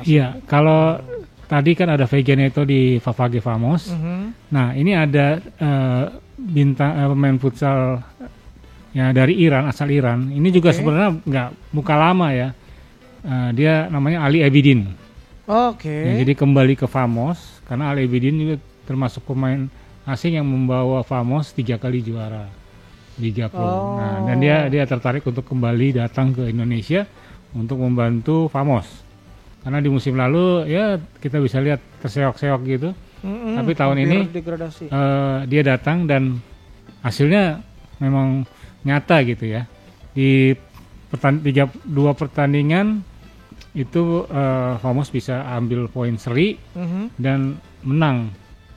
Iya, kalau tadi kan ada Veganeto di Favage Vamos. Nah, ini ada bintang pemain futsal ya dari Iran, asal Iran. Ini juga sebenarnya nggak muka lama ya. Dia namanya Ali Abidin. Ya, jadi kembali ke Vamos karena Ali Abidin juga termasuk pemain asing yang membawa Vamos 3 kali juara Liga Pro. Nah, dan dia tertarik untuk kembali datang ke Indonesia untuk membantu Vamos. Karena di musim lalu ya kita bisa lihat terseok-seok gitu. Tapi tahun ini dia datang dan hasilnya memang nyata gitu ya. Di 2 pertandingan itu Vamos bisa ambil poin seri dan menang.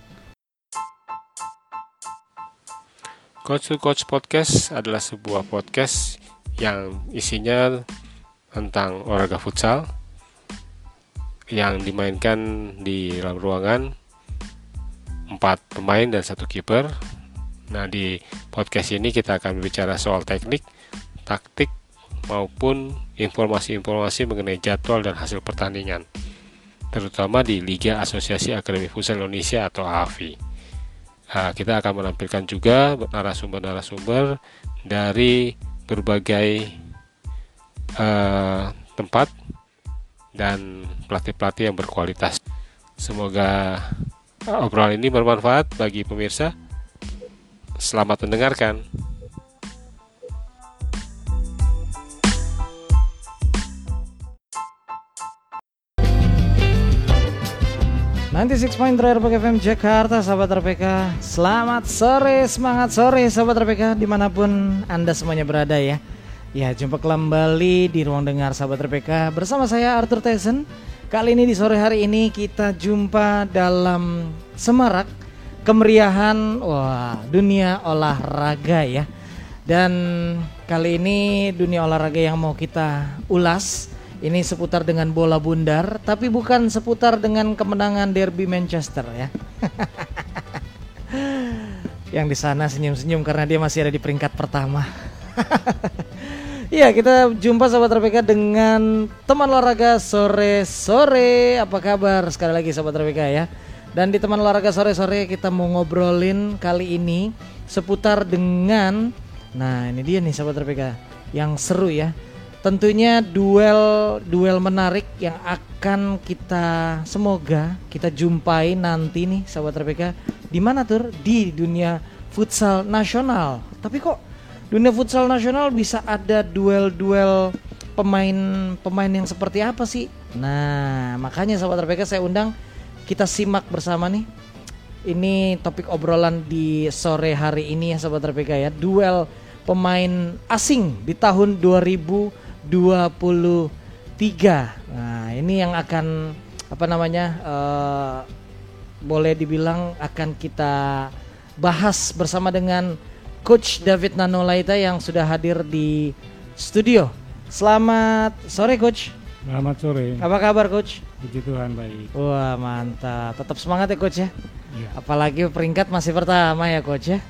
Coach to Coach Podcast adalah sebuah podcast yang isinya tentang olahraga futsal yang dimainkan di dalam ruangan 4 pemain dan 1 kiper. Nah, di podcast ini kita akan berbicara soal teknik, taktik, maupun informasi-informasi mengenai jadwal dan hasil pertandingan, terutama di Liga Asosiasi Akademi Futsal Indonesia atau AFI. Kita akan menampilkan juga narasumber-narasumber dari berbagai tempat dan pelatih-pelatih yang berkualitas. Semoga obrolan ini bermanfaat bagi pemirsa. Selamat mendengarkan. RPK FM Jakarta, sahabat RPK. Selamat sore, semangat sore sahabat RPK dimanapun Anda semuanya berada ya. Ya, jumpa kembali di ruang dengar sahabat RPK bersama saya Arthur Tyson. Kali ini di sore hari ini kita jumpa dalam semarak kemeriahan dunia olahraga ya. Dan kali ini dunia olahraga yang mau kita ulas ini seputar dengan bola bundar, tapi bukan seputar dengan kemenangan derby Manchester ya. Yang di sana senyum-senyum karena dia masih ada di peringkat pertama. Iya, kita jumpa sahabat RPK dengan teman olahraga sore-sore. Apa kabar sekali lagi sahabat RPK ya. Dan di teman olahraga sore-sore kita mau ngobrolin kali ini seputar dengan, nah ini dia nih sahabat RPK yang seru ya. Tentunya duel menarik yang akan semoga kita jumpai nanti nih sahabat RPK. Di mana tuh? Di dunia futsal nasional. Tapi kok dunia futsal nasional bisa ada duel pemain yang seperti apa sih? Nah, makanya sahabat RPK saya undang, kita simak bersama nih. Ini topik obrolan di sore hari ini ya sahabat RPK ya. Duel pemain asing di tahun 2023. Nah, ini yang akan boleh dibilang akan kita bahas bersama dengan Coach David Nanolaita yang sudah hadir di studio. Selamat sore Coach. Selamat sore. Apa kabar Coach? Puji Tuhan baik. Wah, mantap. Tetap semangat ya Coach ya. Ya. Apalagi peringkat masih pertama ya Coach ya.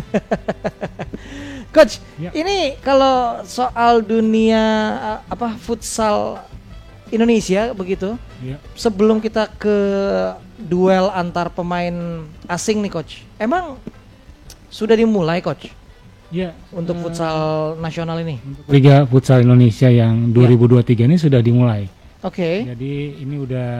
Coach, ya. Ini kalau soal dunia futsal Indonesia begitu, ya. Sebelum kita ke duel antar pemain asing nih Coach, emang sudah dimulai Coach? Ya. Untuk futsal nasional ini? Liga Futsal Indonesia yang 2023 ini sudah dimulai. Oke. Jadi ini udah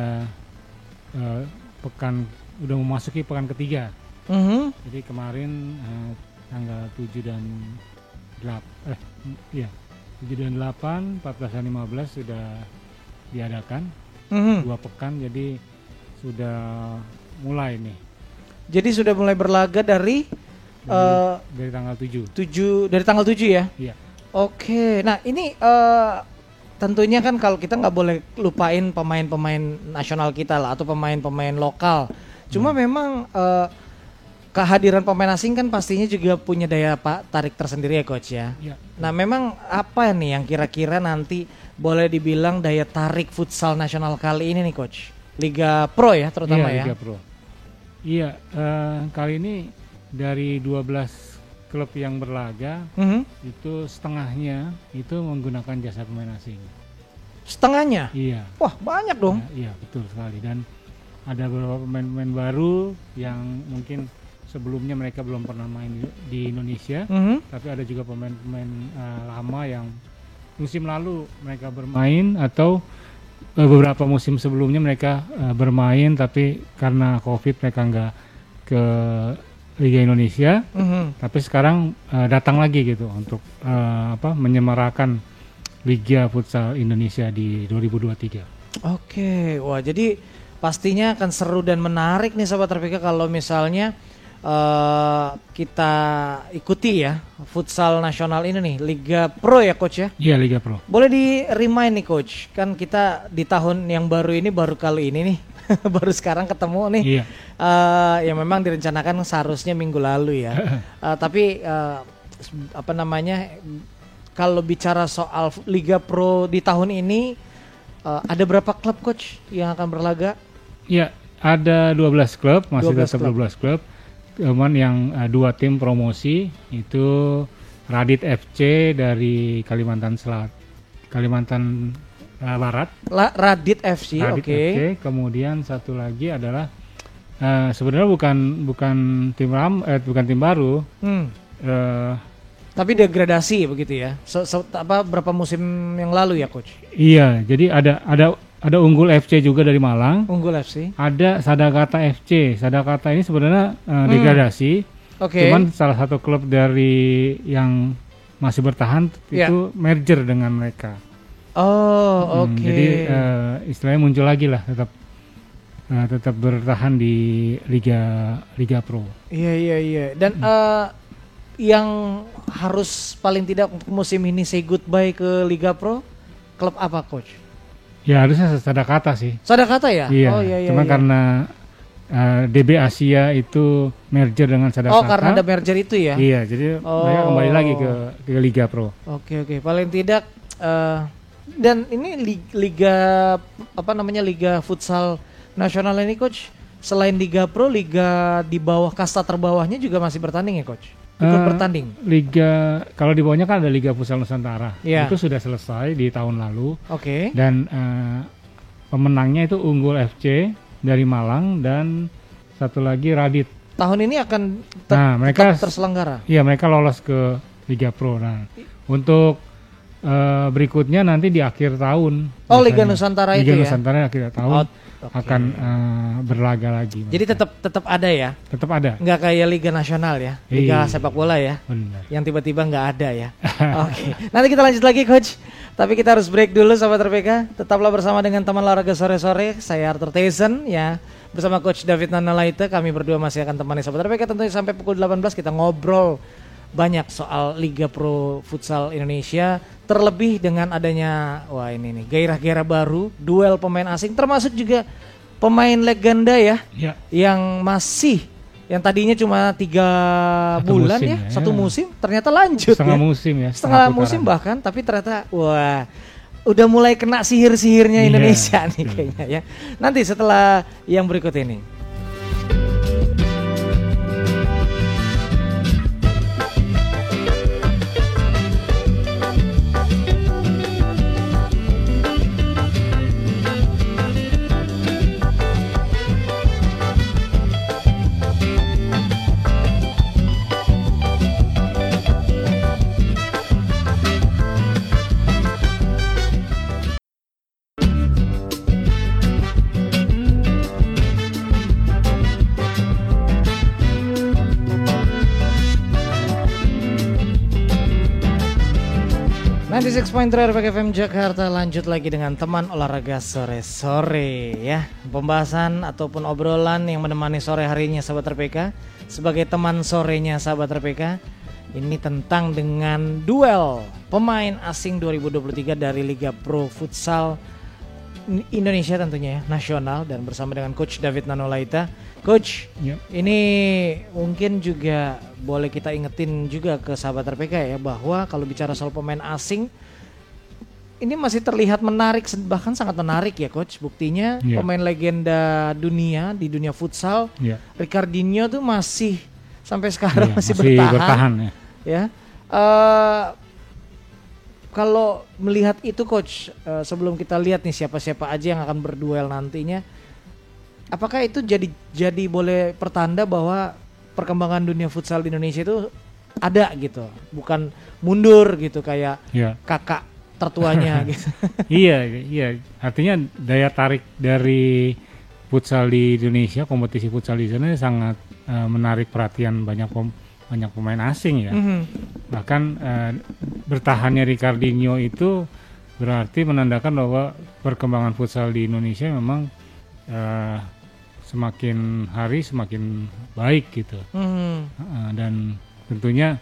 memasuki pekan ketiga. Jadi kemarin tanggal 7 dan 8, 7 dan 8, 14 dan 15 sudah diadakan 2 pekan, jadi sudah mulai nih. Jadi sudah mulai berlaga dari tanggal 7. Dari tanggal 7 ya? Iya. Oke, nah ini tentunya kan kalau kita nggak boleh lupain pemain-pemain nasional kita lah atau pemain-pemain lokal. Cuma memang kehadiran pemain asing kan pastinya juga punya daya tarik tersendiri ya Coach ya. Ya. Nah memang apa nih yang kira-kira nanti boleh dibilang daya tarik futsal nasional kali ini nih Coach? Liga Pro ya terutama ya? Liga Pro. Iya, kali ini dari 12 klub yang berlaga itu setengahnya itu menggunakan jasa pemain asing. Setengahnya? Iya. Wah, banyak dong. Iya, betul sekali. Dan ada beberapa pemain-pemain baru yang mungkin sebelumnya mereka belum pernah main di Indonesia, tapi ada juga pemain-pemain lama yang musim lalu mereka bermain atau beberapa musim sebelumnya mereka bermain, tapi karena COVID mereka nggak ke Liga Indonesia, tapi sekarang datang lagi gitu untuk menyemarakan Liga Futsal Indonesia di 2023. Oke, wah jadi pastinya akan seru dan menarik nih Sobat RPK kalau misalnya kita ikuti ya futsal nasional ini nih, Liga Pro ya Coach ya? Iya, Liga Pro. Boleh di-remind nih Coach, kan kita di tahun yang baru ini baru kali ini nih, baru sekarang ketemu nih. Iya. Ya memang direncanakan seharusnya minggu lalu ya. Tapi kalau bicara soal Liga Pro di tahun ini, ada berapa klub Coach yang akan berlaga? Iya, ada 12 klub, masih 12 tetap klub. 12 klub. Cuman yang 2 tim promosi itu Radit FC dari Kalimantan Barat. Radit FC, Radit oke. FC. Kemudian satu lagi adalah sebenarnya bukan tim baru. Tapi degradasi begitu ya. Berapa musim yang lalu ya Coach? Iya, jadi ada Unggul FC juga dari Malang. Unggul FC. Ada Sadakata FC. Sadakata ini sebenarnya degradasi. Oke. Cuman salah satu klub dari yang masih bertahan itu merger dengan mereka. Oh, oke. Jadi istilahnya muncul lagi lah, tetap bertahan di Liga Pro. Iya. Dan yang harus paling tidak untuk musim ini say goodbye ke Liga Pro, klub apa Coach? Ya harusnya Sadakata sih. Sadakata ya? Iya. Oh iya. Cuma karena DB Asia itu merger dengan Sadakata. Oh, karena ada merger itu ya? Iya, jadi mereka kembali lagi ke Liga Pro. Oke. Paling tidak dan ini Liga Futsal Nasional ini Coach, selain Liga Pro, liga di bawah kasta terbawahnya juga masih bertanding ya Coach? Ikut bertanding. Liga kalau di bawahnya kan ada Liga Futsal Nusantara. Yeah. Itu sudah selesai di tahun lalu. Oke. Dan pemenangnya itu Unggul FC dari Malang dan satu lagi Radit. Tahun ini akan mereka tetap terselenggara. Iya, mereka lolos ke Liga Pro. Nah, untuk berikutnya nanti di akhir tahun. Oh, Liga Nusantara itu ya? Liga Nusantara akhir tahun akan berlaga lagi. Jadi tetap ada ya? Tetap ada. Nggak kayak Liga Nasional ya? Liga sepak bola ya? Benar. Yang tiba-tiba nggak ada ya? Oke. Nanti kita lanjut lagi Coach. Tapi kita harus break dulu Sobat RPK. Tetaplah bersama dengan teman olahraga sore-sore. Saya Arthur Tyson ya. Bersama Coach David Nanolaita. Kami berdua masih akan temani Sobat RPK tentunya sampai pukul 18 kita ngobrol banyak soal Liga Pro Futsal Indonesia, terlebih dengan adanya gairah-gairah baru, duel pemain asing, termasuk juga pemain legenda ya, yang tadinya cuma 3 bulan musim, satu musim, ternyata lanjut setengah musim bahkan, tapi ternyata udah mulai kena sihir-sihirnya Indonesia nih kayaknya ya. Nanti setelah yang berikut ini. RPK FM Jakarta, lanjut lagi dengan teman olahraga sore-sore ya. Pembahasan ataupun obrolan yang menemani sore harinya Sahabat RPK. Sebagai teman sorenya Sahabat RPK, ini tentang dengan duel pemain asing 2023 dari Liga Pro Futsal Indonesia tentunya ya, nasional, dan bersama dengan Coach David Nanolaita. Coach, ini mungkin juga boleh kita ingetin juga ke Sahabat RPK ya, bahwa kalau bicara soal pemain asing ini masih terlihat menarik, bahkan sangat menarik ya Coach. Buktinya pemain legenda dunia di dunia futsal, Ricardinho tuh masih sampai sekarang masih bertahan ya. kalau melihat itu coach, sebelum kita lihat nih siapa-siapa aja yang akan berduel nantinya, apakah itu jadi boleh pertanda bahwa perkembangan dunia futsal di Indonesia itu ada gitu, bukan mundur gitu kayak kakak tertuanya gitu. Iya. Artinya daya tarik dari futsal di Indonesia, kompetisi futsal di sana sangat menarik perhatian banyak pemain asing ya. Bahkan bertahannya Ricardinho itu berarti menandakan bahwa perkembangan futsal di Indonesia memang semakin hari semakin baik gitu. Dan tentunya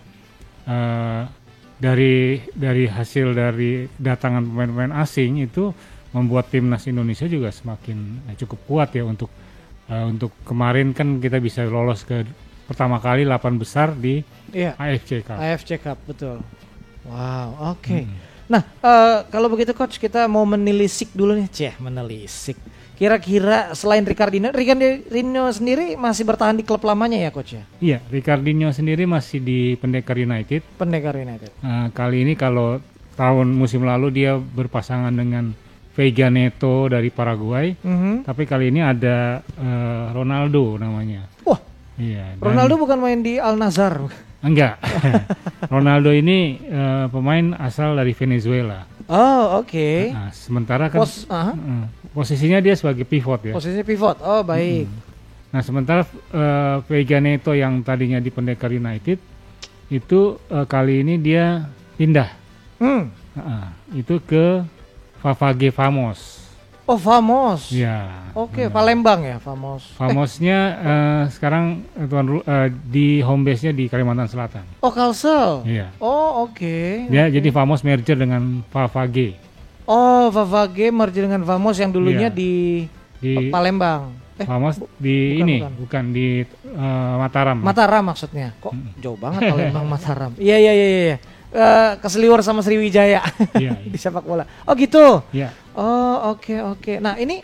dari hasil dari datangan pemain-pemain asing itu membuat timnas Indonesia juga semakin cukup kuat ya untuk kemarin kan kita bisa lolos ke pertama kali 8 besar di AFC Cup. AFC Cup, betul. Wow, oke. Nah, kalau begitu coach, kita mau menelisik dulu nih, menelisik. Kira-kira selain Ricardinho sendiri masih bertahan di klub lamanya ya coach ya? Iya, Ricardinho sendiri masih di Pendekar United. Kali ini kalau tahun musim lalu dia berpasangan dengan Veiga Neto dari Paraguay, tapi kali ini ada Ronaldo namanya. Wah, iya. Ronaldo bukan main di Al Nassr? Enggak. Ronaldo ini pemain asal dari Venezuela. Oh, oke. Nah, sementara kan posisinya dia sebagai pivot ya. Posisinya pivot. Oh, baik. Nah, sementara Veiga Neto yang tadinya di Pendekar United itu kali ini dia pindah. Itu ke Favage Famos. Oh, Famos. Ya. Oke, Palembang ya, Famos. Famosnya sekarang di home base-nya di Kalimantan Selatan. Oh, Kalsel. Iya. Oh, oke. Dia jadi Famos merger dengan Favage. Oh, Favage merger dengan Famos yang dulunya di Palembang. Famos bukan di Mataram. Mataram maksudnya. Kok jauh banget Palembang Mataram. Iya. Keseliwer sama Sriwijaya di sepak bola. Oh gitu. Iya. Oh oke. Nah ini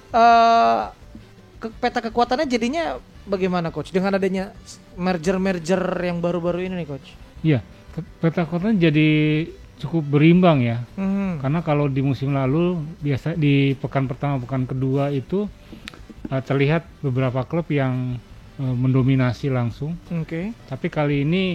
peta kekuatannya jadinya bagaimana coach dengan adanya merger yang baru-baru ini nih coach? Iya, peta kekuatannya jadi cukup berimbang ya. Karena kalau di musim lalu biasa di pekan pertama pekan kedua itu terlihat beberapa klub yang mendominasi langsung. Oke. Tapi kali ini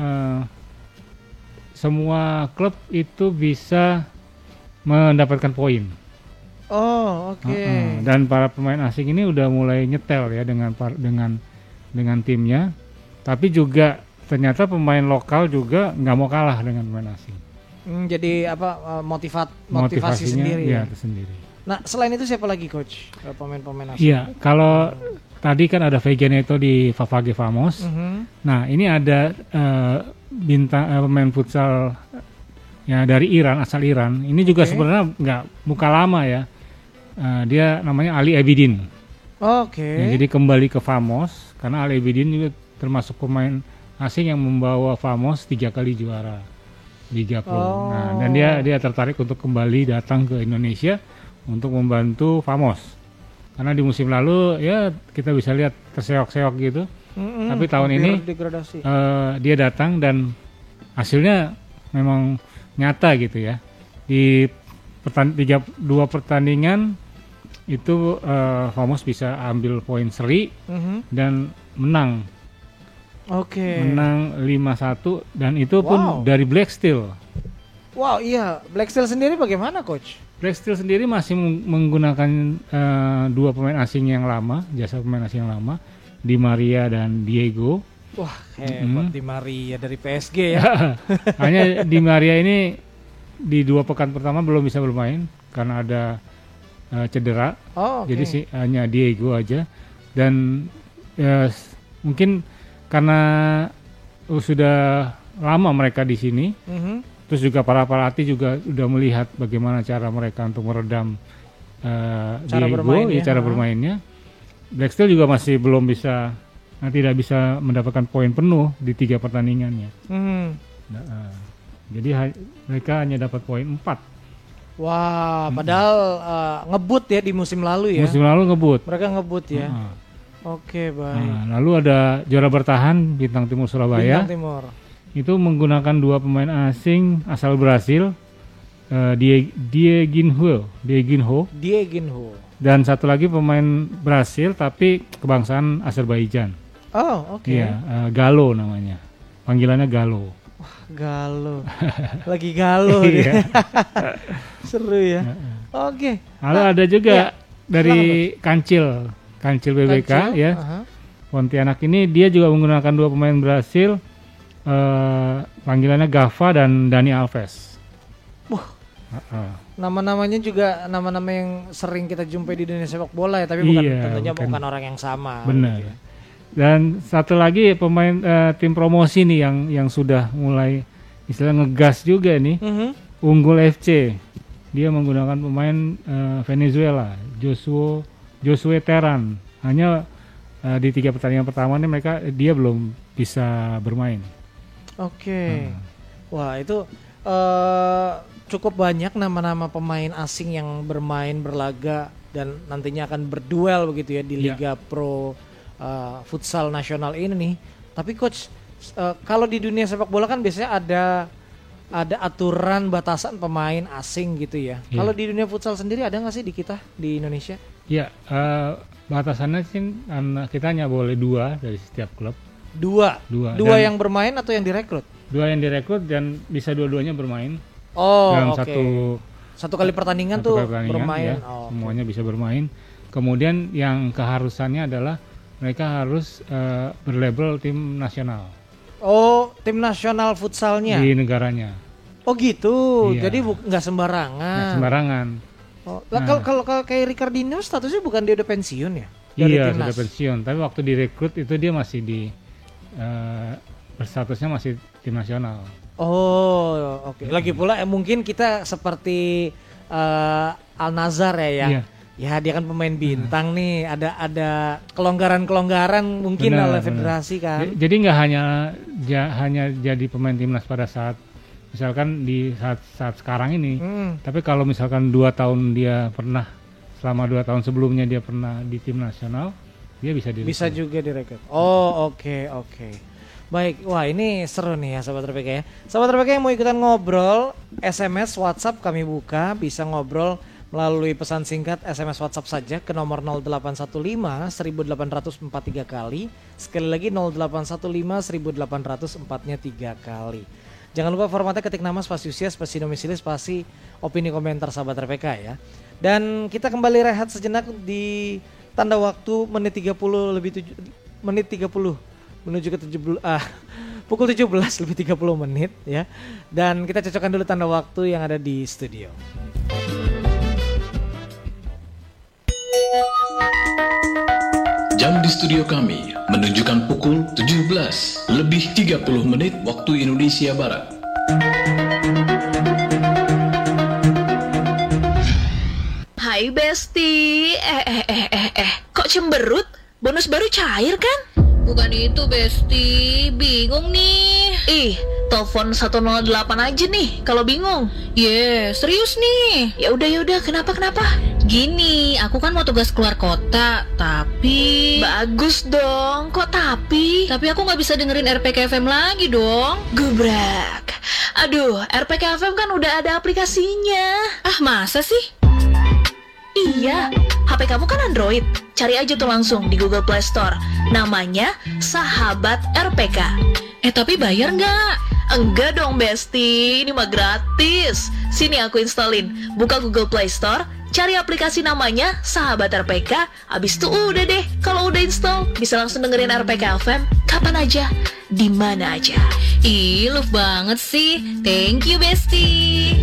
semua klub itu bisa mendapatkan poin. Oh, oke. Dan para pemain asing ini udah mulai nyetel ya dengan timnya. Tapi juga ternyata pemain lokal juga nggak mau kalah dengan pemain asing. Jadi motivasi sendiri ya. Tersendiri. Nah, selain itu siapa lagi coach? Pemain-pemain asing? Iya, kalau tadi kan ada Veiga Neto di Favage Famos. Nah, ini ada pemain futsal ya dari Iran, asal Iran. Ini juga sebenarnya nggak muka lama ya. Dia namanya Ali Abidin. Oke. Ya, jadi kembali ke Famos karena Ali Abidin juga termasuk pemain asing yang membawa Famos 3 kali juara Liga Pro. Nah, dan dia tertarik untuk kembali datang ke Indonesia untuk membantu Famos. Karena di musim lalu ya kita bisa lihat terseok-seok gitu. Tapi tahun ini dia datang dan hasilnya memang nyata gitu ya. Di 2 pertandingan itu Famos bisa ambil poin seri dan menang. Menang 5-1 dan itu pun dari Black Steel. Wow, iya. Black Steel sendiri bagaimana coach? Black Steel sendiri masih menggunakan 2 pemain asing yang lama, jasa pemain asing yang lama. Di Maria dan Diego. Wah, hebat Di Maria dari PSG ya. Hanya Di Maria ini di 2 pekan pertama belum bisa bermain karena ada cedera. Jadi hanya Diego aja. Dan mungkin karena sudah lama mereka di sini. Terus juga para pelatih juga udah melihat bagaimana cara mereka untuk meredam cara bermainnya. Black Steel juga masih belum bisa, tidak bisa mendapatkan poin penuh di 3 pertandingannya. Jadi mereka hanya dapat poin 4. Wah, padahal ngebut ya di musim lalu ya. Musim lalu ngebut. Mereka ngebut ya. Oke, baik. Lalu ada juara bertahan Bintang Timur Surabaya. Bintang Timur. Itu menggunakan 2 pemain asing asal Brasil, Die Ginho. Dan satu lagi pemain Brasil tapi kebangsaan Azerbaijan. Oh, oke. Iya, Galo namanya. Panggilannya Galo. Wah, Galo. Lagi Galo dia. Seru ya. Oke. Lalu ada juga dari Kancil BBK ya. Pontianak ini dia juga menggunakan 2 pemain Brasil. Panggilannya Gava dan Dani Alves. Wah. Nama-namanya juga nama-nama yang sering kita jumpai di dunia sepak bola ya, tapi tentunya bukan orang yang sama. Benar. Gitu ya. Dan satu lagi pemain tim promosi nih yang sudah mulai istilah ngegas juga nih. Unggul FC. Dia menggunakan pemain Venezuela, Josué Teran. Hanya di 3 pertandingan pertama nih dia belum bisa bermain. Oke. Wah, itu cukup banyak nama-nama pemain asing yang berlaga dan nantinya akan berduel begitu ya di Liga Pro Futsal Nasional ini nih. Tapi coach, kalau di dunia sepak bola kan biasanya ada aturan batasan pemain asing gitu ya. Kalau di dunia futsal sendiri ada nggak sih di kita di Indonesia? Iya, batasannya sih kita hanya boleh 2 dari setiap klub. Dua yang bermain atau yang direkrut? 2 yang direkrut dan bisa dua-duanya bermain. Oh, dalam satu kali pertandingan bermain. Ya, semuanya bisa bermain. Kemudian yang keharusannya adalah mereka harus berlabel tim nasional. Oh, tim nasional futsalnya di negaranya. Oh gitu. Iya. Jadi nggak sembarangan. Nggak sembarangan. Oh, kalau kayak Ricardinho statusnya bukan dia udah pensiun ya? Iya, sudah pensiun. Tapi waktu direkrut itu dia masih berstatusnya masih tim nasional. Oh, oke. Lagi pula mungkin kita seperti Al-Nazar ya. Ya dia kan pemain bintang nih, ada kelonggaran mungkin oleh federasi kan. Jadi nggak hanya jadi pemain timnas pada saat misalkan di saat sekarang ini, tapi kalau misalkan 2 tahun selama 2 tahun sebelumnya dia pernah di tim nasional, dia bisa direkrut. Bisa juga direkrut. Oh, oke. Baik, wah ini seru nih ya Sobat RPK ya. Sobat RPK yang mau ikutan ngobrol, SMS, WhatsApp kami buka, bisa ngobrol melalui pesan singkat SMS WhatsApp saja ke nomor 0815 1843 kali. Sekali lagi 0815 1804-nya 3 kali. Jangan lupa formatnya ketik nama, spasi usia, spasi domisili, spasi opini komentar Sahabat RPK ya. Dan kita kembali rehat sejenak di tanda waktu menit 30 menuju ke pukul 17 lebih 30 menit ya. Dan kita cocokkan dulu tanda waktu yang ada di studio. Jam di studio kami menunjukkan pukul 17 lebih 30 menit waktu Indonesia Barat. Hai Besti, kok cemberut? Bonus baru cair kan? Bukan itu Besti, bingung nih. Ih, telepon 108 aja nih kalau bingung. Serius nih. Ya udah, kenapa? Gini, aku kan mau tugas keluar kota, tapi bagus dong. Kok tapi? Tapi aku nggak bisa dengerin RPK FM lagi dong. Gebrak. Aduh, RPK FM kan udah ada aplikasinya. Ah, masa sih? Iya, HP kamu kan Android. Cari aja tuh langsung di Google Play Store. Namanya Sahabat RPK. Tapi bayar nggak? Enggak dong Besti, ini mah gratis. Sini aku installin. Buka Google Play Store, cari aplikasi namanya Sahabat RPK. Abis itu udah deh, kalau udah install bisa langsung dengerin RPK FM kapan aja, di mana aja. Ih, love banget sih. Thank you Besti.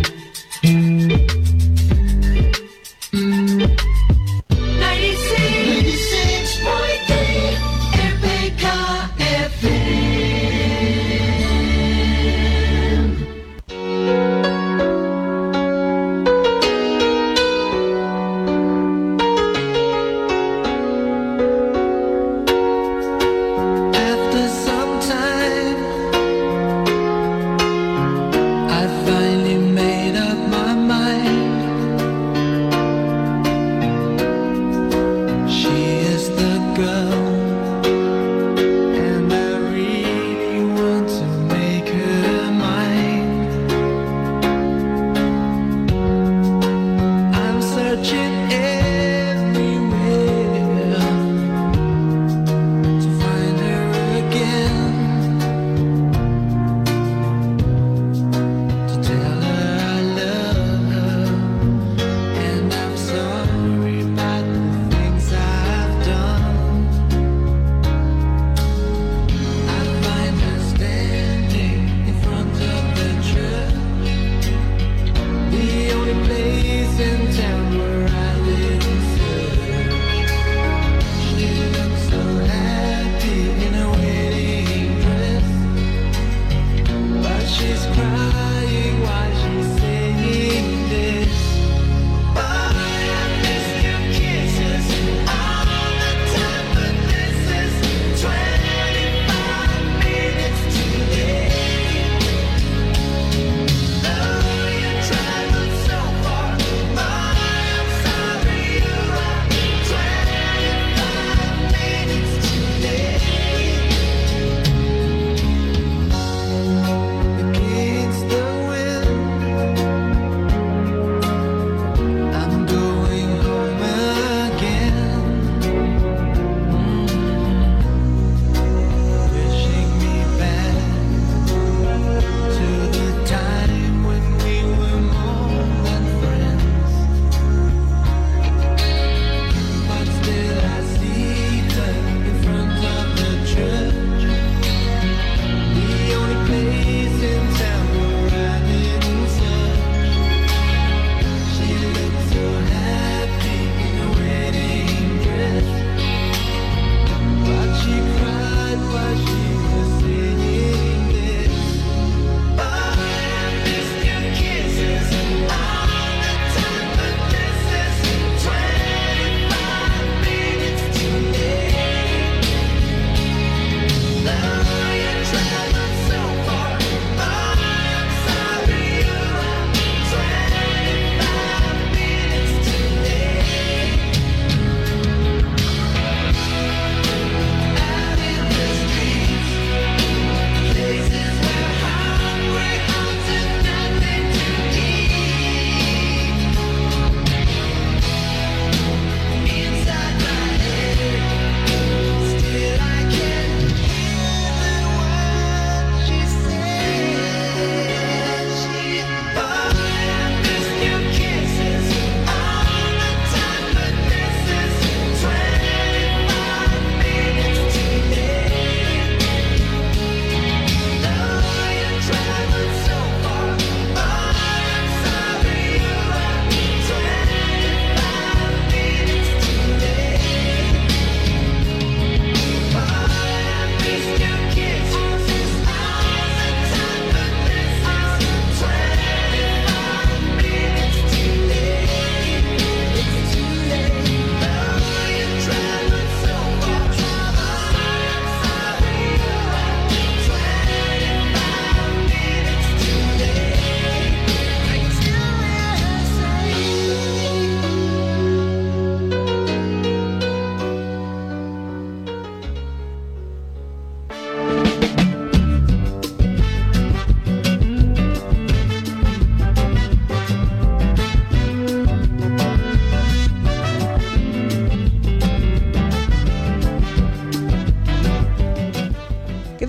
Finally made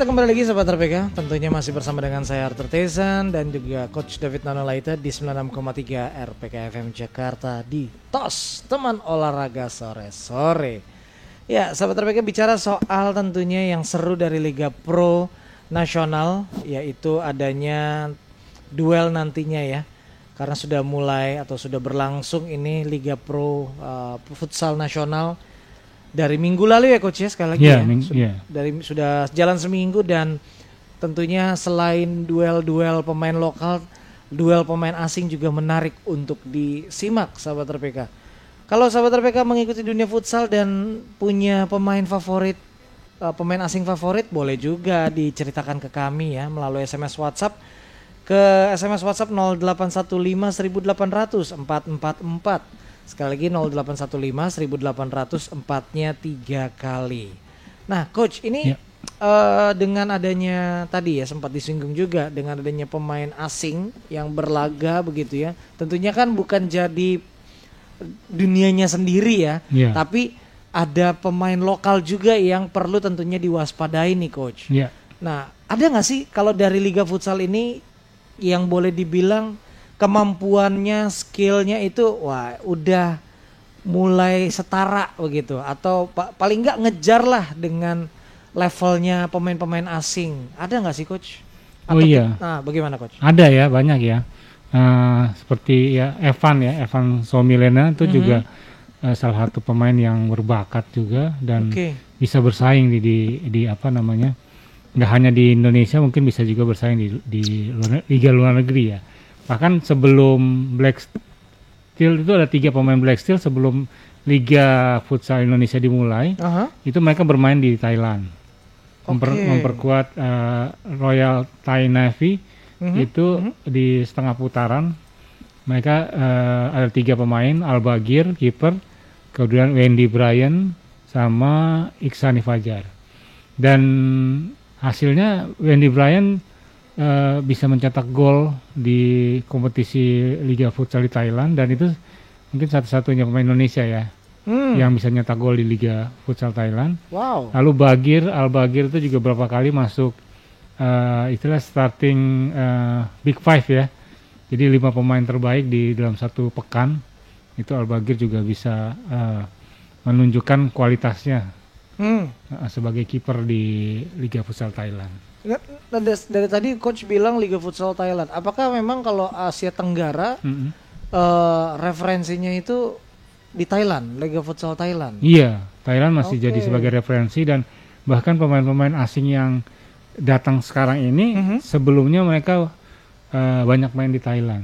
kita kembali lagi Sobat RPK. Tentunya masih bersama dengan saya Arthur Tezan dan juga Coach David Nanolaita di 96,3 RPK FM Jakarta di TOS, teman olahraga sore-sore. Ya, Sobat RPK, bicara soal tentunya yang seru dari Liga Pro Nasional, yaitu adanya duel nantinya ya. Karena sudah mulai atau sudah berlangsung ini Liga Pro Futsal Nasional dari minggu lalu ya Coach ya, sekali lagi sudah jalan seminggu, dan tentunya selain duel-duel pemain lokal, duel pemain asing juga menarik untuk disimak Sahabat RPK. Kalau Sahabat RPK mengikuti dunia futsal dan punya pemain favorit, pemain asing favorit, boleh juga diceritakan ke kami ya melalui SMS WhatsApp ke SMS WhatsApp 0815 1800 444. Sekali lagi 0815 1800 4-nya 3 kali. Nah Coach, ini dengan adanya tadi ya sempat disinggung juga, dengan adanya pemain asing yang berlaga begitu ya, tentunya kan bukan jadi dunianya sendiri ya, tapi ada pemain lokal juga yang perlu tentunya diwaspadai nih Coach. Nah, ada nggak sih kalau dari Liga Futsal ini yang boleh dibilang kemampuannya, skillnya itu udah mulai setara begitu, atau paling nggak ngejar lah dengan levelnya pemain-pemain asing? Ada nggak sih Coach? Nah, bagaimana Coach? Ada ya, banyak ya. Seperti ya Evan Somilena itu juga salah satu pemain yang berbakat juga dan bisa bersaing di apa namanya, nggak hanya di Indonesia, mungkin bisa juga bersaing di liga luar negeri ya. Bahkan sebelum Black Steel itu ada 3 pemain Black Steel sebelum Liga Futsal Indonesia dimulai. Itu mereka bermain di Thailand. Memperkuat Royal Thai Navy itu di setengah putaran. Mereka ada 3 pemain, Al-Bagir kiper, kemudian Wendy Bryan sama Iksani Fajar. Dan hasilnya Wendy Bryan bisa mencetak gol di kompetisi Liga Futsal di Thailand, dan itu mungkin satu-satunya pemain Indonesia ya yang bisa nyetak gol di Liga Futsal Thailand. Lalu Al-Bagir itu juga berapa kali masuk istilah starting Big Five ya. Jadi 5 pemain terbaik di dalam satu pekan itu Al-Bagir juga bisa menunjukkan kualitasnya sebagai kiper di Liga Futsal Thailand. Dari tadi Coach bilang Liga Futsal Thailand. Apakah memang kalau Asia Tenggara referensinya itu di Thailand, Liga Futsal Thailand? Iya, Thailand masih jadi sebagai referensi, dan bahkan pemain-pemain asing yang datang sekarang ini sebelumnya mereka banyak main di Thailand.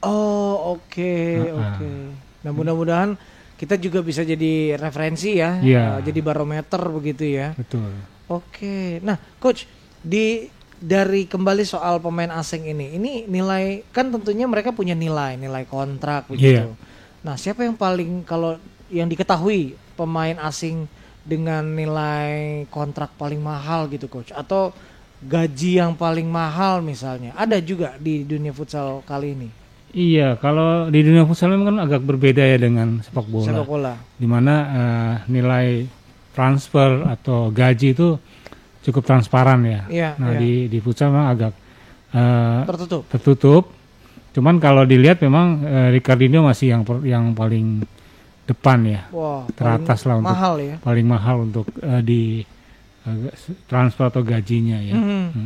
Oke. Nah, mudah-mudahan kita juga bisa jadi referensi ya, jadi barometer begitu ya. Betul. Nah Coach, dari kembali soal pemain asing ini nilai, kan tentunya mereka punya nilai kontrak begitu. Nah, siapa yang paling, kalau yang diketahui pemain asing dengan nilai kontrak paling mahal gitu Coach, atau gaji yang paling mahal misalnya, ada juga di dunia futsal kali ini? Iya, kalau di dunia futsal memang kan agak berbeda ya dengan sepak bola. Di mana nilai transfer atau gaji itu cukup transparan ya. Di futsal memang agak tertutup. Cuman kalau dilihat memang Ricardinho masih yang paling depan ya. Teratas lah untuk mahal ya. Paling mahal untuk di transfer atau gajinya ya.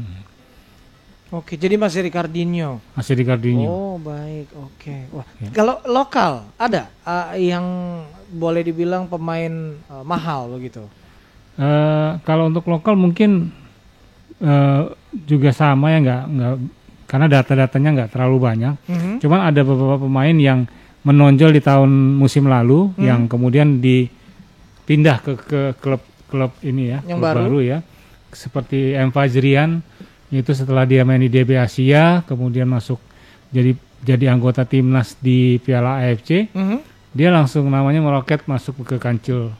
Jadi masih Ricardinho. Oh, baik. Wah, kalau lokal ada yang boleh dibilang pemain mahal begitu? Kalau untuk lokal mungkin juga sama ya, nggak karena data-datanya nggak terlalu banyak. Cuman ada beberapa pemain yang menonjol di tahun musim lalu yang kemudian dipindah ke klub ini ya, yang klub baru ya, seperti M. Fajrian, itu setelah dia main di DB Asia kemudian masuk jadi anggota timnas di Piala AFC, dia langsung namanya meroket masuk ke kancil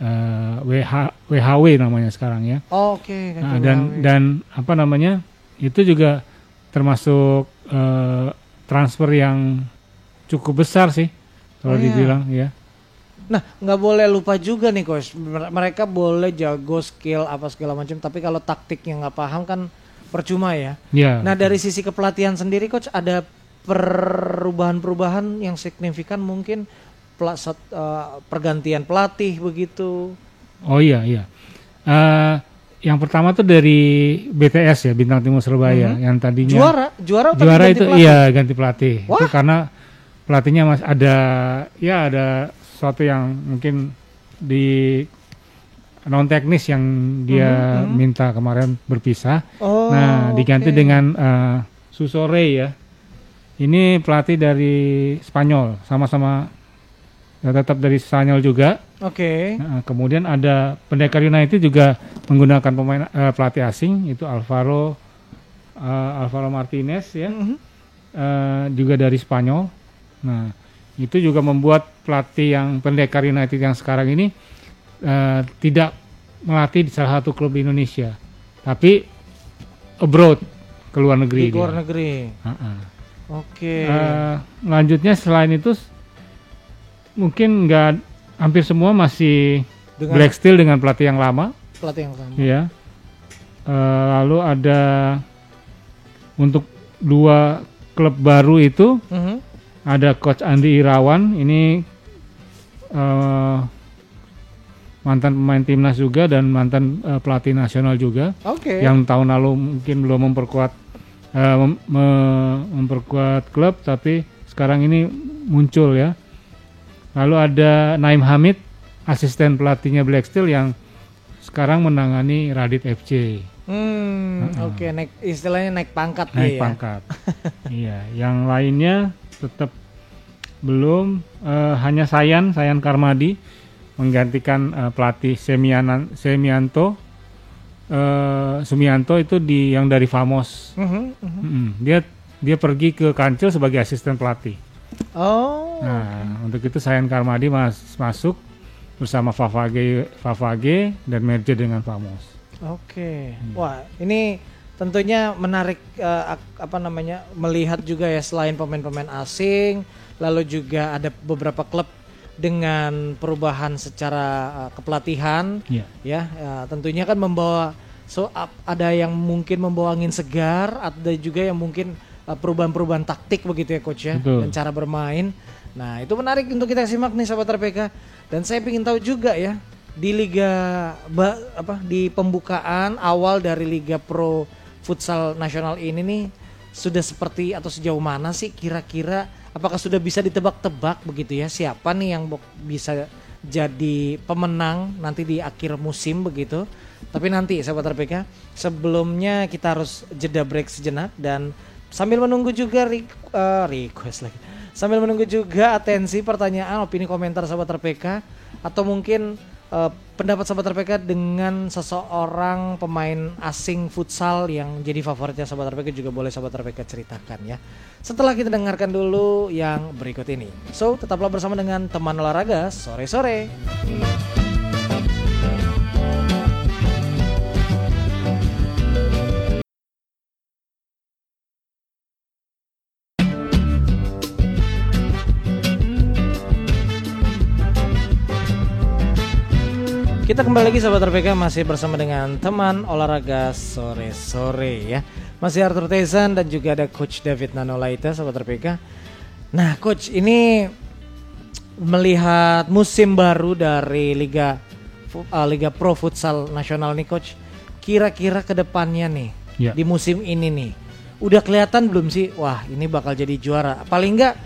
WHW namanya sekarang ya. Nah, dan apa namanya, itu juga termasuk transfer yang cukup besar sih kalau dibilang ya. Nah, nggak boleh lupa juga nih coach. Mereka boleh jago skill apa segala macam, tapi kalau taktiknya nggak paham kan percuma ya. Ya. Nah, dari sisi kepelatihan sendiri coach ada perubahan-perubahan yang signifikan mungkin pergantian pelatih begitu. Oh iya. Yang pertama tuh dari BTS ya, Bintang Timur Surabaya, yang tadinya juara itu pelatih. Iya ganti pelatih. Wah. Itu karena pelatihnya ada sesuatu yang mungkin di non teknis yang dia minta kemarin berpisah. Nah diganti dengan Susore ya. Ini pelatih dari Spanyol, sama-sama tetap dari Spanyol juga. Oke. Nah, kemudian ada Pendekar United juga menggunakan pemain pelatih asing, itu Alvaro Martinez ya, juga dari Spanyol. Nah itu juga membuat pelatih yang Pendekar United yang sekarang ini tidak melatih di salah satu klub di Indonesia, tapi abroad, ke luar negeri. Di luar negeri. Oke. Lanjutnya selain itu mungkin hampir semua masih Black Steel dengan pelatih yang lama. Iya. Lalu ada untuk 2 klub baru itu ada Coach Andi Irawan, ini mantan pemain timnas juga dan mantan pelatih nasional juga. Yang tahun lalu mungkin belum memperkuat klub, tapi sekarang ini muncul ya. Lalu ada Naim Hamid, asisten pelatihnya Black Steel yang sekarang menangani Radit FC. Oke, istilahnya naik pangkat dia. Naik pangkat. Iya, yang lainnya tetap belum, hanya Sayan Karmadi menggantikan pelatih Sumianto itu yang dari Famos. Dia pergi ke Kancil sebagai asisten pelatih. Nah, untuk itu Sayan Karmadi masuk bersama Favage dan merger dengan Famos. Oke. Wah, ini tentunya menarik melihat juga ya, selain pemain-pemain asing, lalu juga ada beberapa klub dengan perubahan secara kepelatihan, tentunya kan membawa ada yang mungkin membawa angin segar, ada juga yang mungkin perubahan-perubahan taktik begitu ya coach ya. Betul. Dan cara bermain. Nah itu menarik untuk kita simak nih sahabat RPK. Dan saya ingin tahu juga ya di di pembukaan awal dari Liga Pro Futsal Nasional ini nih sudah seperti atau sejauh mana sih kira-kira? Apakah sudah bisa ditebak-tebak begitu ya, siapa nih yang bisa jadi pemenang nanti di akhir musim begitu? Tapi nanti sahabat RPK, sebelumnya kita harus jeda break sejenak dan sambil menunggu juga request lagi. Sambil menunggu juga atensi, pertanyaan, opini, komentar sahabat RPK atau mungkin pendapat sahabat RPK dengan seseorang pemain asing futsal yang jadi favoritnya sahabat RPK juga boleh sahabat RPK ceritakan ya. Setelah kita dengarkan dulu yang berikut ini. So, tetaplah bersama dengan teman olahraga sore-sore. Kita kembali lagi sahabat RPK, masih bersama dengan teman olahraga sore-sore ya. Masih Arthur Tezan dan juga ada Coach David Nanolaita sahabat RPK. Nah Coach, ini melihat musim baru dari Liga Pro Futsal Nasional nih Coach. Kira-kira ke depannya nih di musim ini nih, udah kelihatan belum sih? Wah ini bakal jadi juara. Paling enggak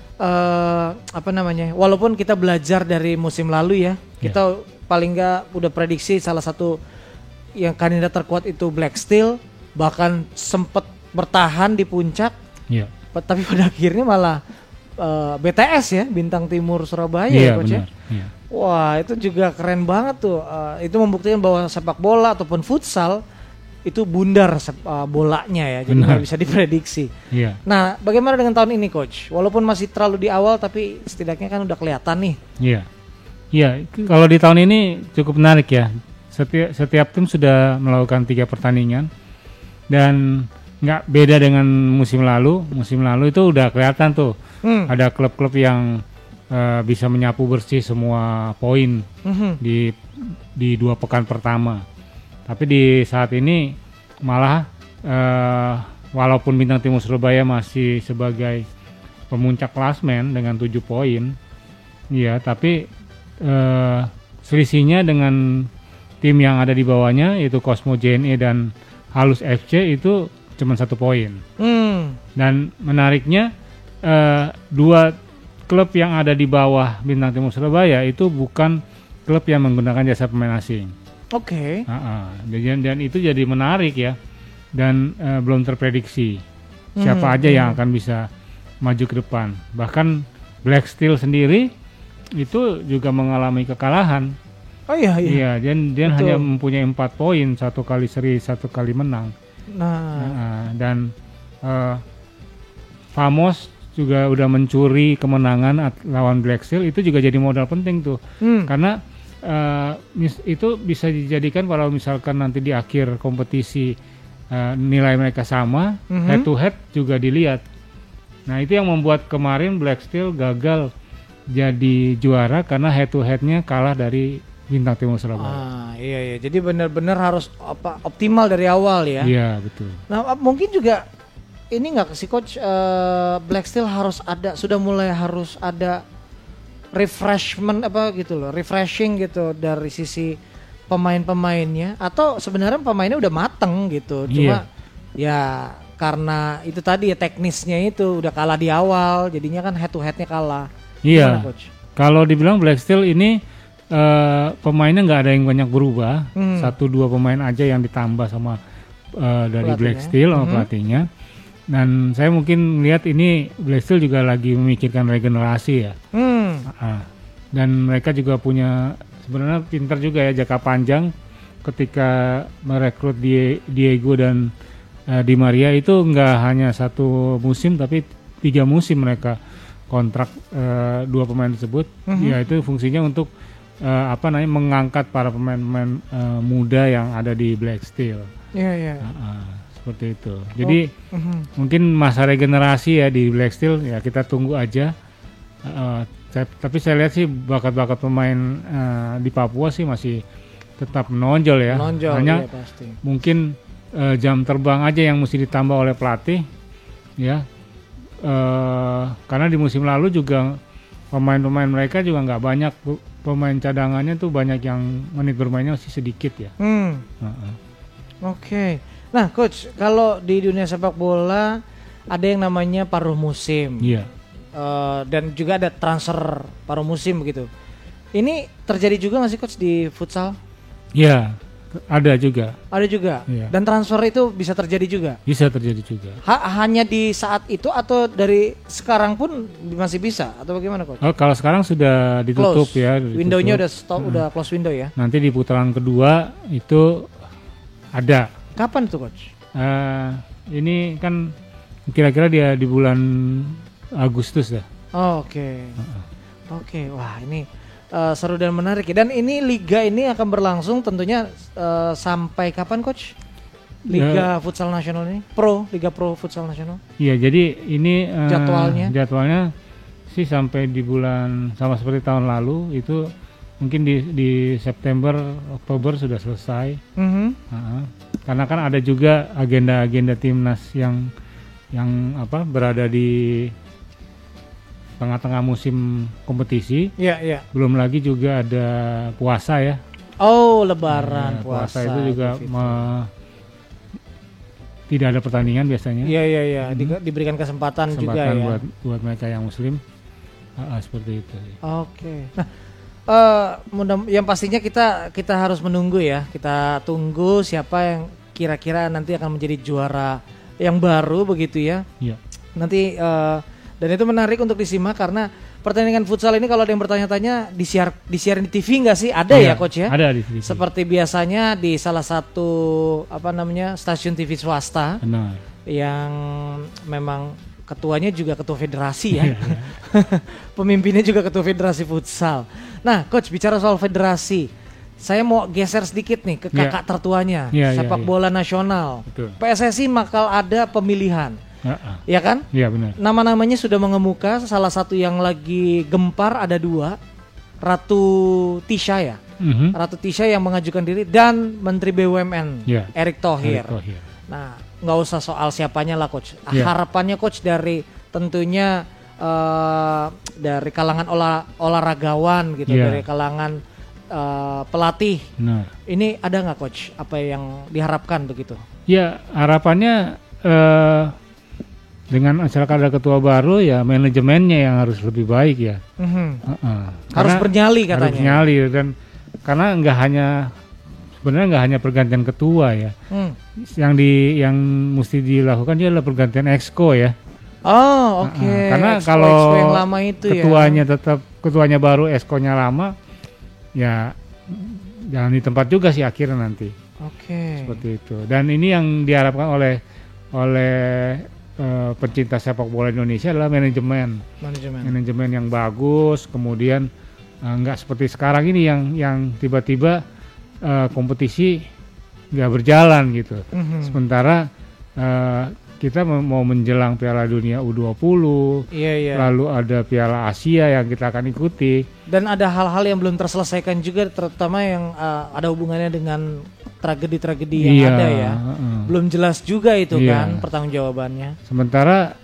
walaupun kita belajar dari musim lalu ya, kita paling nggak udah prediksi salah satu yang kandidat terkuat itu Black Steel, bahkan sempat bertahan di puncak, tapi pada akhirnya malah BTS ya, Bintang Timur Surabaya ya Coach ya. Wah itu juga keren banget tuh, itu membuktikan bahwa sepak bola ataupun futsal itu bundar bolanya ya, jadi nggak bisa diprediksi. Nah bagaimana dengan tahun ini Coach? Walaupun masih terlalu di awal tapi setidaknya kan udah kelihatan nih. Iya, kalau di tahun ini cukup menarik ya. Setiap tim sudah melakukan 3 pertandingan dan nggak beda dengan musim lalu. Musim lalu itu udah kelihatan tuh ada klub-klub yang bisa menyapu bersih semua poin di 2 pekan pertama. Tapi di saat ini malah walaupun Bintang Timur Surabaya masih sebagai pemuncak klasmen dengan 7 poin, ya, tapi selisihnya dengan tim yang ada di bawahnya yaitu Cosmo JNE dan Halus FC itu cuma 1 poin. Dan menariknya 2 klub yang ada di bawah Bintang Timur Surabaya itu bukan klub yang menggunakan jasa pemain asing. Oke. Dan itu jadi menarik ya, dan belum terprediksi siapa aja yang akan bisa maju ke depan. Bahkan Black Steel sendiri itu juga mengalami kekalahan. Oh iya. Iya, dia hanya mempunyai 4 poin, 1 kali seri, 1 kali menang. Dan Famos juga udah mencuri kemenangan lawan Black Steel, itu juga jadi modal penting tuh. Karena itu bisa dijadikan kalau misalkan nanti di akhir kompetisi nilai mereka sama, head to head juga dilihat. Nah, itu yang membuat kemarin Black Steel gagal jadi juara karena head to headnya kalah dari Bintang Timur Surabaya. Iya. Jadi benar-benar harus optimal dari awal ya. Iya, betul. Nah, mungkin juga ini nggak sih coach, Black Steel sudah mulai harus ada refreshing gitu dari sisi pemain-pemainnya, atau sebenarnya pemainnya udah mateng gitu, cuma ya karena itu tadi ya teknisnya itu udah kalah di awal, jadinya kan head to headnya kalah. Iya. Kalau dibilang Black Steel ini pemainnya nggak ada yang banyak berubah, 1-2 pemain aja yang ditambah sama dari Black Steel sama pelatihnya. Dan saya mungkin melihat ini Black Steel juga lagi memikirkan regenerasi ya. Dan mereka juga punya sebenarnya pintar juga ya, jangka panjang ketika merekrut Diego dan Di Maria itu nggak hanya 1 musim tapi 3 musim mereka kontrak 2 pemain tersebut. Ya itu fungsinya untuk mengangkat para pemain-pemain muda yang ada di Black Steel. Iya. Seperti itu. Jadi mungkin masa regenerasi ya di Black Steel ya kita tunggu aja. Tapi saya lihat sih bakat-bakat pemain di Papua sih masih tetap menonjol ya. Hanya pasti. Mungkin jam terbang aja yang mesti ditambah oleh pelatih ya. Karena di musim lalu juga pemain-pemain mereka juga nggak banyak, pemain cadangannya tuh banyak yang menit bermainnya masih sedikit ya. Oke. Nah, coach, kalau di dunia sepak bola ada yang namanya paruh musim. Iya. Dan juga ada transfer paruh musim begitu. Ini terjadi juga nggak sih coach di futsal? Iya, ada juga. Ada juga. Iya. Dan transfer itu bisa terjadi juga. Bisa terjadi juga. Hanya di saat itu atau dari sekarang pun masih bisa atau bagaimana coach? Kalau sekarang sudah ditutup close. ya. Windownya udah stop, udah close window ya. Nanti di putaran kedua itu ada. Kapan tuh coach? Ini kan kira-kira dia di bulan Agustus ya. Oke. Wah, ini seru dan menarik ya. Dan ini liga ini akan berlangsung tentunya sampai kapan coach? Liga Futsal Nasional ini? Liga Pro Futsal Nasional? Iya, jadi ini jadwalnya sih sampai di bulan, sama seperti tahun lalu itu mungkin di September Oktober sudah selesai. Karena kan ada juga agenda-agenda timnas yang berada di tengah-tengah musim kompetisi. Iya. Belum lagi juga ada puasa ya. Oh, Lebaran, puasa itu juga tidak ada pertandingan biasanya. Iya. Diberikan kesempatan juga ya. buat mereka yang muslim. Seperti itu. Oke. Nah, yang pastinya kita harus menunggu ya. Kita tunggu siapa yang kira-kira nanti akan menjadi juara yang baru begitu ya. Iya. Nanti dan itu menarik untuk disimak karena pertandingan futsal ini kalau ada yang bertanya-tanya disiarin di TV nggak sih? Ada ya coach ya? Ada di TV. Seperti biasanya di salah satu stasiun TV swasta. Benar. Yang memang ketuanya juga ketua federasi ya. Pemimpinnya juga ketua federasi futsal. Nah, coach, bicara soal federasi, saya mau geser sedikit nih ke kakak tertuanya sepak bola nasional. Betul. PSSI bakal ada pemilihan. Ya kan? Iya benar. Nama-namanya sudah mengemuka, salah satu yang lagi gempar ada 2, Ratu Tisha ya. Ratu Tisha yang mengajukan diri dan Menteri BUMN Erick Thohir. Nah, nggak usah soal siapanya lah coach. Harapannya coach dari tentunya dari kalangan olahragawan gitu, dari kalangan pelatih. Nah. Ini ada nggak coach apa yang diharapkan begitu? Ya harapannya dengan misalkan ada ketua baru ya manajemennya yang harus lebih baik ya. Harus bernyali katanya. Harus bernyali dan karena sebenarnya nggak hanya pergantian ketua ya. Yang mesti dilakukan dia adalah pergantian exco ya. Oh oke. Karena exco, kalau exco yang lama itu ketuanya tetap ketuanya baru, exco-nya lama, ya jangan di tempat juga sih akhirnya nanti. Oke. Seperti itu. Dan ini yang diharapkan oleh pencinta sepak bola Indonesia adalah manajemen yang bagus. Kemudian nggak seperti sekarang ini yang tiba-tiba kompetisi nggak berjalan gitu. Sementara kita mau menjelang Piala Dunia U20, lalu ada Piala Asia yang kita akan ikuti. Dan ada hal-hal yang belum terselesaikan juga, terutama yang ada hubungannya dengan tragedi-tragedi yang ada ya. Belum jelas juga itu kan pertanggungjawabannya. Sementara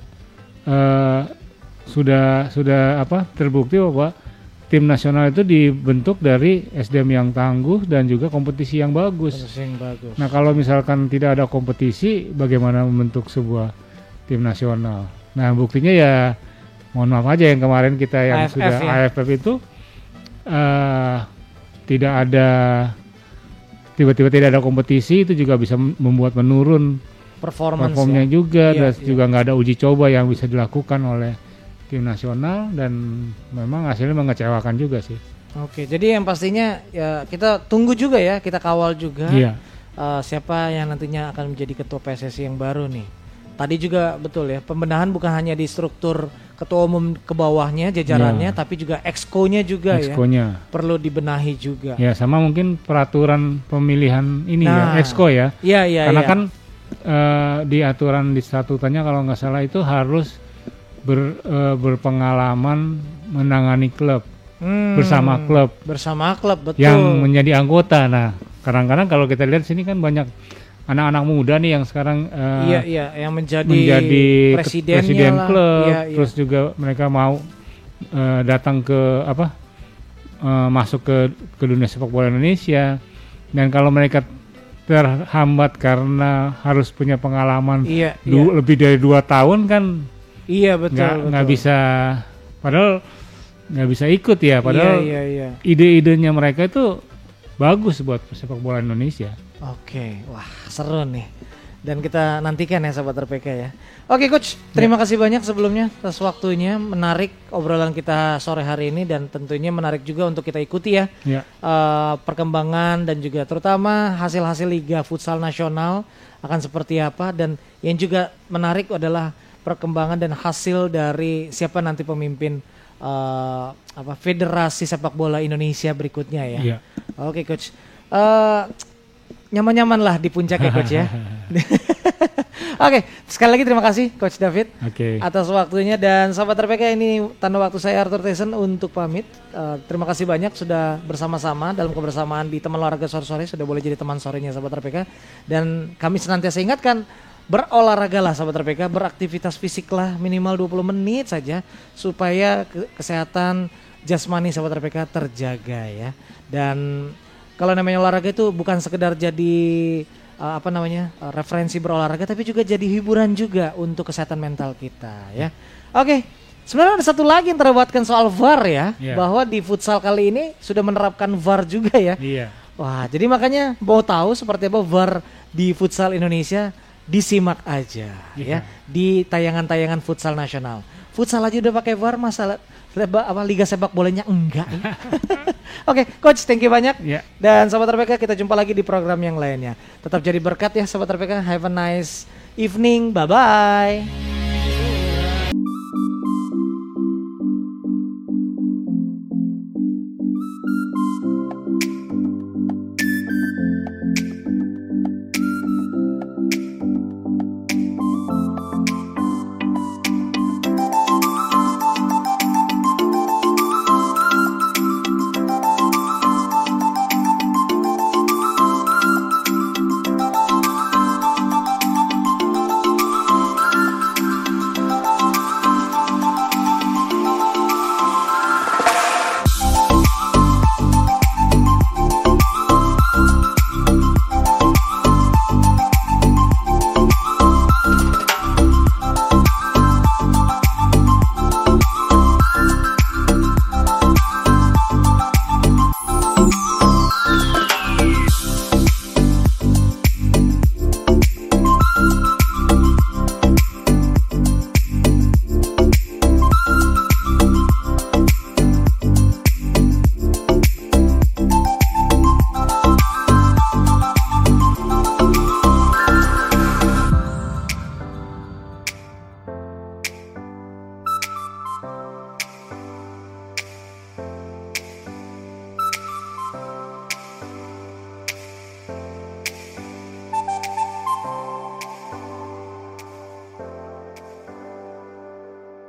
sudah terbukti bahwa tim nasional itu dibentuk dari SDM yang tangguh dan juga kompetisi yang bagus. Nah kalau misalkan tidak ada kompetisi, bagaimana membentuk sebuah tim nasional? Nah buktinya ya, mohon maaf aja yang kemarin kita yang AFF, sudah AFF itu tidak ada, tiba-tiba tidak ada kompetisi, itu juga bisa membuat menurun performanya juga, dan juga nggak ada uji coba yang bisa dilakukan oleh tim nasional, dan memang hasilnya mengecewakan juga sih. Oke, jadi yang pastinya ya kita tunggu juga ya, kita kawal juga siapa yang nantinya akan menjadi ketua PSSI yang baru nih. Tadi juga betul ya, pembenahan bukan hanya di struktur ketua umum ke bawahnya, jajarannya, tapi juga exco-nya juga ya. Perlu dibenahi juga. Ya, sama mungkin peraturan pemilihan ini ya, exco ya. Karena kan di aturan di statutannya kalau nggak salah itu harus berpengalaman menangani klub bersama klub betul, yang menjadi anggota. Nah kadang-kadang kalau kita lihat sini kan banyak anak-anak muda nih yang sekarang yang menjadi presiden klub, terus juga mereka mau datang ke masuk ke dunia sepak bola Indonesia, dan kalau mereka terhambat karena harus punya pengalaman lebih dari 2 tahun kan. Iya betul. Nggak bisa, padahal nggak bisa ikut ya. Padahal ide-idenya mereka itu bagus buat sepak bola Indonesia. Oke, wah seru nih. Dan kita nantikan ya sahabat RPK ya. Oke coach, terima kasih banyak sebelumnya atas waktunya. Menarik obrolan kita sore hari ini, dan tentunya menarik juga untuk kita ikuti ya. Perkembangan dan juga terutama hasil-hasil Liga Futsal Nasional akan seperti apa. Dan yang juga menarik adalah perkembangan dan hasil dari siapa nanti pemimpin Federasi Sepak Bola Indonesia berikutnya ya. Oke coach, nyaman-nyaman lah di puncak ya coach ya. Oke, sekali lagi terima kasih Coach David atas waktunya, dan sahabat RPK, ini tanda waktu saya Arthur Tyson untuk pamit. Terima kasih banyak sudah bersama-sama dalam kebersamaan di teman olahraga sore-sore, sudah boleh jadi teman sorenya sahabat RPK, dan kami senantiasa ingatkan, berolahraga lah sahabat RPK, beraktivitas fisik lah minimal 20 menit saja supaya kesehatan jasmani sahabat RPK terjaga ya. Dan kalau namanya olahraga itu bukan sekedar jadi referensi berolahraga, tapi juga jadi hiburan juga untuk kesehatan mental kita ya. Oke, sebenarnya ada satu lagi yang terlewatkan soal VAR ya, bahwa di futsal kali ini sudah menerapkan VAR juga ya. Wah, jadi makanya mau tahu seperti apa VAR di futsal Indonesia, disimak aja ya di tayangan-tayangan futsal nasional. Futsal aja udah pakai VAR, masalah liga sepak bolanya enggak ya. Oke, coach, thank you banyak. Dan sahabat RPK, kita jumpa lagi di program yang lainnya. Tetap jadi berkat ya sahabat RPK. Have a nice evening. Bye bye.